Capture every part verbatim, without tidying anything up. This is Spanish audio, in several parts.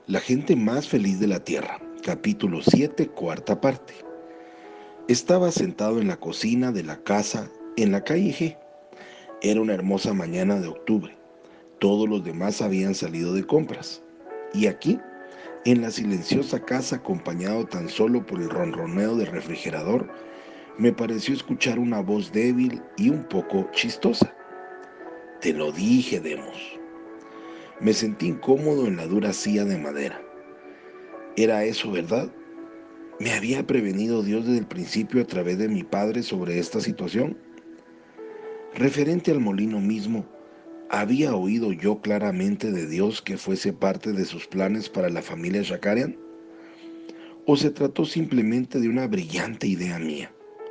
La gente más feliz de la tierra, capítulo siete, cuarta parte. Estaba sentado en la cocina de la casa en la calle G. Era una hermosa mañana de octubre. Todos los demás habían salido de compras. Y aquí, en la silenciosa casa, acompañado tan solo por el ronroneo del refrigerador, me pareció escuchar una voz débil y un poco chistosa. Te lo dije, Demos. Me sentí incómodo en la dura silla de madera. ¿Era eso verdad? ¿Me había prevenido Dios desde el principio a través de mi padre sobre esta situación? Referente al molino mismo, ¿había oído yo claramente de Dios que fuese parte de sus planes para la familia Shakarian? ¿O se trató simplemente de una brillante idea mía?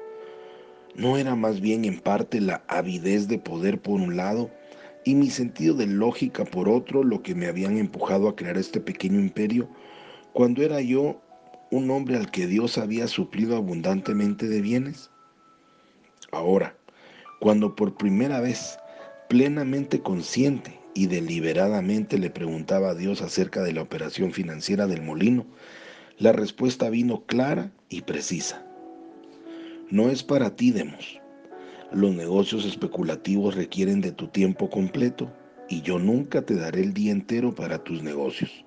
¿No era más bien en parte la avidez de poder por un lado y mi sentido de lógica por otro lo que me habían empujado a crear este pequeño imperio cuando era yo un hombre al que Dios había suplido abundantemente de bienes? Ahora, cuando por primera vez, plenamente consciente y deliberadamente le preguntaba a Dios acerca de la operación financiera del molino, la respuesta vino clara y precisa. No es para ti, Demos. Los negocios especulativos requieren de tu tiempo completo y yo nunca te daré el día entero para tus negocios.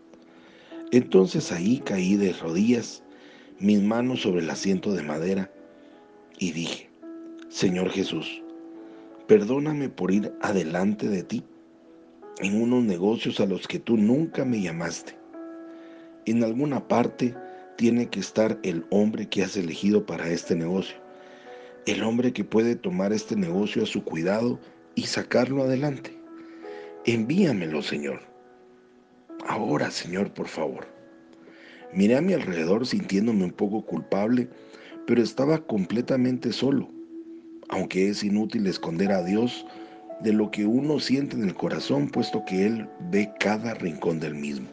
Entonces ahí caí de rodillas, mis manos sobre el asiento de madera, y dije, Señor Jesús, perdóname por ir adelante de ti en unos negocios a los que tú nunca me llamaste. En alguna parte tiene que estar el hombre que has elegido para este negocio, el hombre que puede tomar este negocio a su cuidado y sacarlo adelante. Envíamelo, Señor. Ahora, Señor, por favor. Miré a mi alrededor sintiéndome un poco culpable, pero estaba completamente solo, aunque es inútil esconder a Dios de lo que uno siente en el corazón, puesto que Él ve cada rincón del mismo.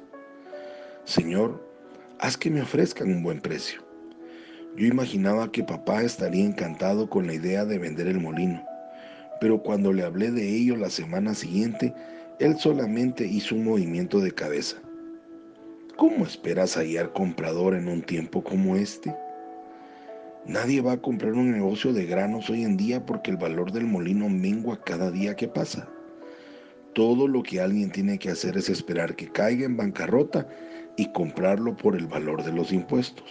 Señor, haz que me ofrezcan un buen precio. Yo imaginaba que papá estaría encantado con la idea de vender el molino, pero cuando le hablé de ello la semana siguiente, él solamente hizo un movimiento de cabeza. ¿Cómo esperas hallar comprador en un tiempo como este? Nadie va a comprar un negocio de granos hoy en día porque el valor del molino mengua cada día que pasa. Todo lo que alguien tiene que hacer es esperar que caiga en bancarrota y comprarlo por el valor de los impuestos.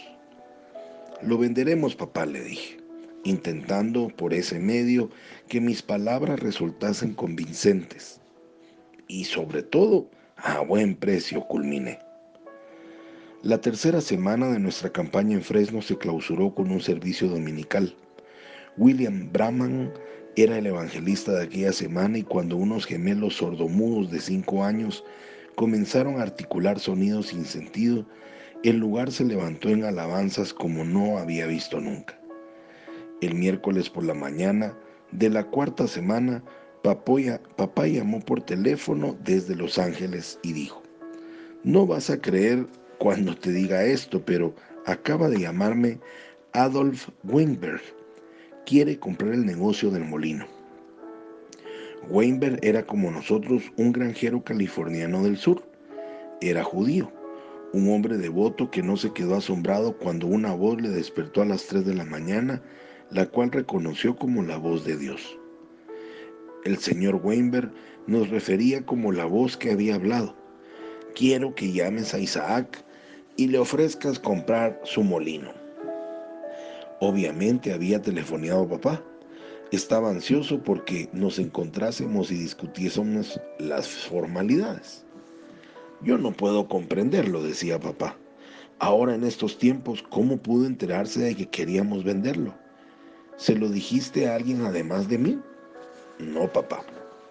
Lo venderemos, papá, le dije, intentando por ese medio que mis palabras resultasen convincentes. Y sobre todo, a buen precio, culminé. La tercera semana de nuestra campaña en Fresno se clausuró con un servicio dominical. William Brahman era el evangelista de aquella semana y cuando unos gemelos sordomudos de cinco años comenzaron a articular sonidos sin sentido, el lugar se levantó en alabanzas como no había visto nunca. El miércoles por la mañana de la cuarta semana, Papoya, papá llamó por teléfono desde Los Ángeles y dijo, no vas a creer cuando te diga esto, pero acaba de llamarme Adolf Weinberg. Quiere comprar el negocio del molino. Weinberg era como nosotros un granjero californiano del sur. Era judío, un hombre devoto que no se quedó asombrado cuando una voz le despertó a las tres de la mañana, la cual reconoció como la voz de Dios. El señor Weinberg nos refería como la voz que había hablado. Quiero que llames a Isaac y le ofrezcas comprar su molino. Obviamente había telefoneado a papá. Estaba ansioso porque nos encontrásemos y discutiésemos las formalidades. Yo no puedo comprenderlo, decía papá. Ahora en estos tiempos, ¿cómo pudo enterarse de que queríamos venderlo? ¿Se lo dijiste a alguien además de mí? No, papá.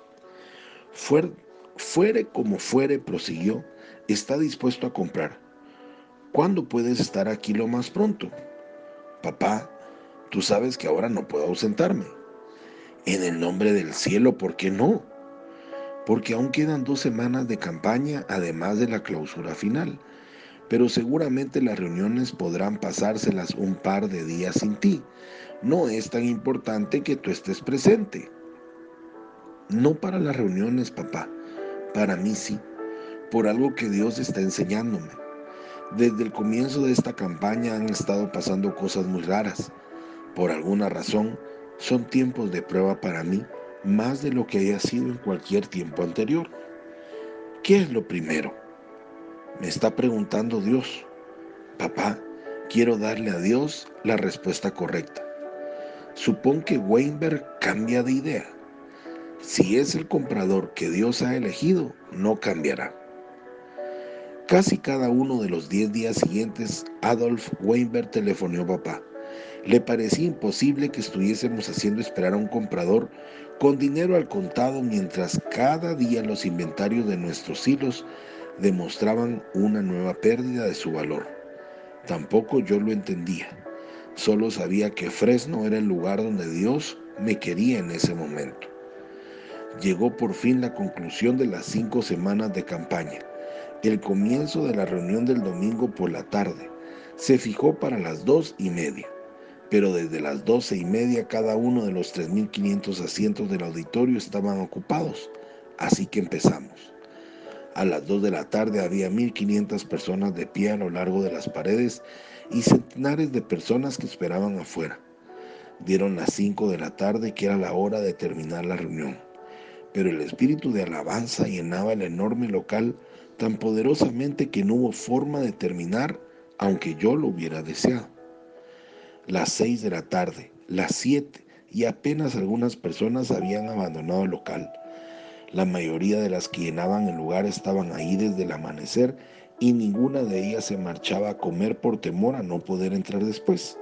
Fuere, fuere como fuere, prosiguió, está dispuesto a comprar. ¿Cuándo puedes estar aquí lo más pronto? Papá, tú sabes que ahora no puedo ausentarme. En el nombre del cielo, ¿por qué no? Porque aún quedan dos semanas de campaña, además de la clausura final. Pero seguramente las reuniones podrán pasárselas un par de días sin ti. No es tan importante que tú estés presente. No para las reuniones, papá. Para mí sí. por algo que Dios está enseñándome. Desde el comienzo de esta campaña han estado pasando cosas muy raras. Por alguna razón, son tiempos de prueba para mí, más de lo que haya sido en cualquier tiempo anterior. ¿Qué es lo primero? Me está preguntando Dios. Papá, quiero darle a Dios la respuesta correcta. Supón que Weinberg cambia de idea. Si es el comprador que Dios ha elegido, no cambiará. Casi cada uno de los diez días siguientes, Adolf Weinberg telefoneó a papá. Le parecía imposible que estuviésemos haciendo esperar a un comprador con dinero al contado mientras cada día los inventarios de nuestros hilos demostraban una nueva pérdida de su valor. Tampoco yo lo entendía. Solo sabía que Fresno era el lugar donde Dios me quería en ese momento. Llegó por fin la conclusión de las cinco semanas de campaña. El comienzo de la reunión del domingo por la tarde se fijó para las dos y media, pero desde las doce y media cada uno de los tres mil quinientos asientos del auditorio estaban ocupados, así que empezamos. A las dos de la tarde había mil quinientas personas de pie a lo largo de las paredes y centenares de personas que esperaban afuera. Dieron las cinco de la tarde, que era la hora de terminar la reunión, pero el espíritu de alabanza llenaba el enorme local tan poderosamente que no hubo forma de terminar, aunque yo lo hubiera deseado. Las seis de la tarde, las siete, y apenas algunas personas habían abandonado el local. La mayoría de las que llenaban el lugar estaban ahí desde el amanecer y ninguna de ellas se marchaba a comer por temor a no poder entrar después.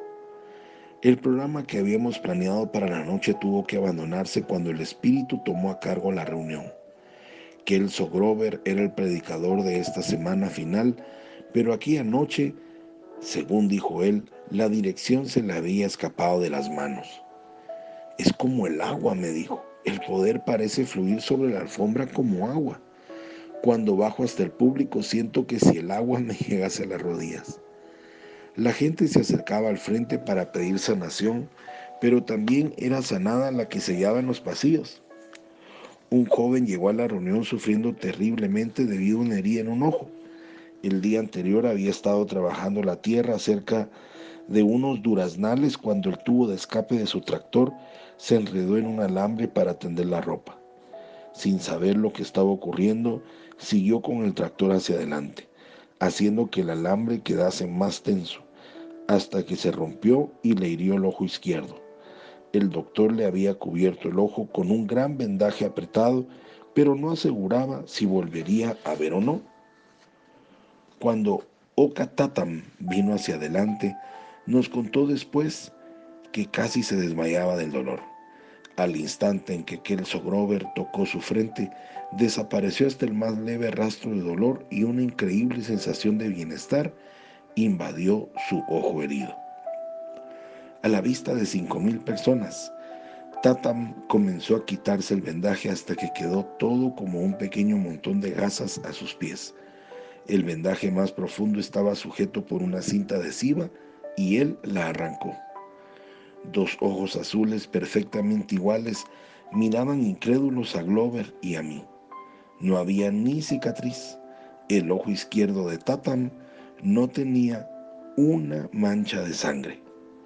El programa que habíamos planeado para la noche tuvo que abandonarse cuando el espíritu tomó a cargo la reunión. Kelso Grover era el predicador de esta semana final, pero aquella noche, según dijo él, la dirección se le había escapado de las manos. Es como el agua, me dijo. El poder parece fluir sobre la alfombra como agua. Cuando bajo hasta el público siento que si el agua me llegase a las rodillas. La gente se acercaba al frente para pedir sanación, pero también era sanada la que se hallaba en los pasillos. Un joven llegó a la reunión sufriendo terriblemente debido a una herida en un ojo. El día anterior había estado trabajando la tierra cerca de unos duraznales cuando el tubo de escape de su tractor se enredó en un alambre para tender la ropa. Sin saber lo que estaba ocurriendo, siguió con el tractor hacia adelante, haciendo que el alambre quedase más tenso, hasta que se rompió y le hirió el ojo izquierdo. El doctor le había cubierto el ojo con un gran vendaje apretado, pero no aseguraba si volvería a ver o no. Cuando Oka Tatam vino hacia adelante, nos contó después que casi se desmayaba del dolor. Al instante en que Kelso Grover tocó su frente, desapareció hasta el más leve rastro de dolor y una increíble sensación de bienestar invadió su ojo herido. A la vista de cinco mil personas, Tatam comenzó a quitarse el vendaje hasta que quedó todo como un pequeño montón de gasas a sus pies. El vendaje más profundo estaba sujeto por una cinta adhesiva y él la arrancó. Dos ojos azules perfectamente iguales miraban incrédulos a Glover y a mí. No había ni cicatriz. El ojo izquierdo de Tatam no tenía una mancha de sangre.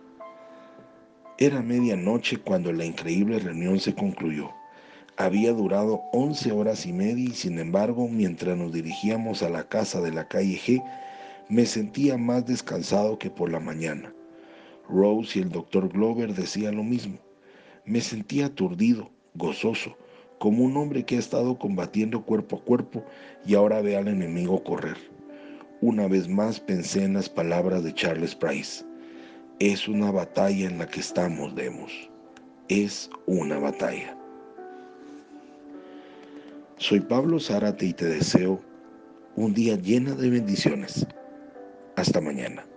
Era medianoche cuando la increíble reunión se concluyó. Había durado once horas y media y sin embargo, mientras nos dirigíamos a la casa de la calle G, me sentía más descansado que por la mañana. Rose y el doctor Glover decían lo mismo. Me sentía aturdido, gozoso, como un hombre que ha estado combatiendo cuerpo a cuerpo y ahora ve al enemigo correr. Una vez más pensé en las palabras de Charles Price. Es una batalla en la que estamos, Demos. Es una batalla. Soy Pablo Zárate y te deseo un día lleno de bendiciones. Hasta mañana.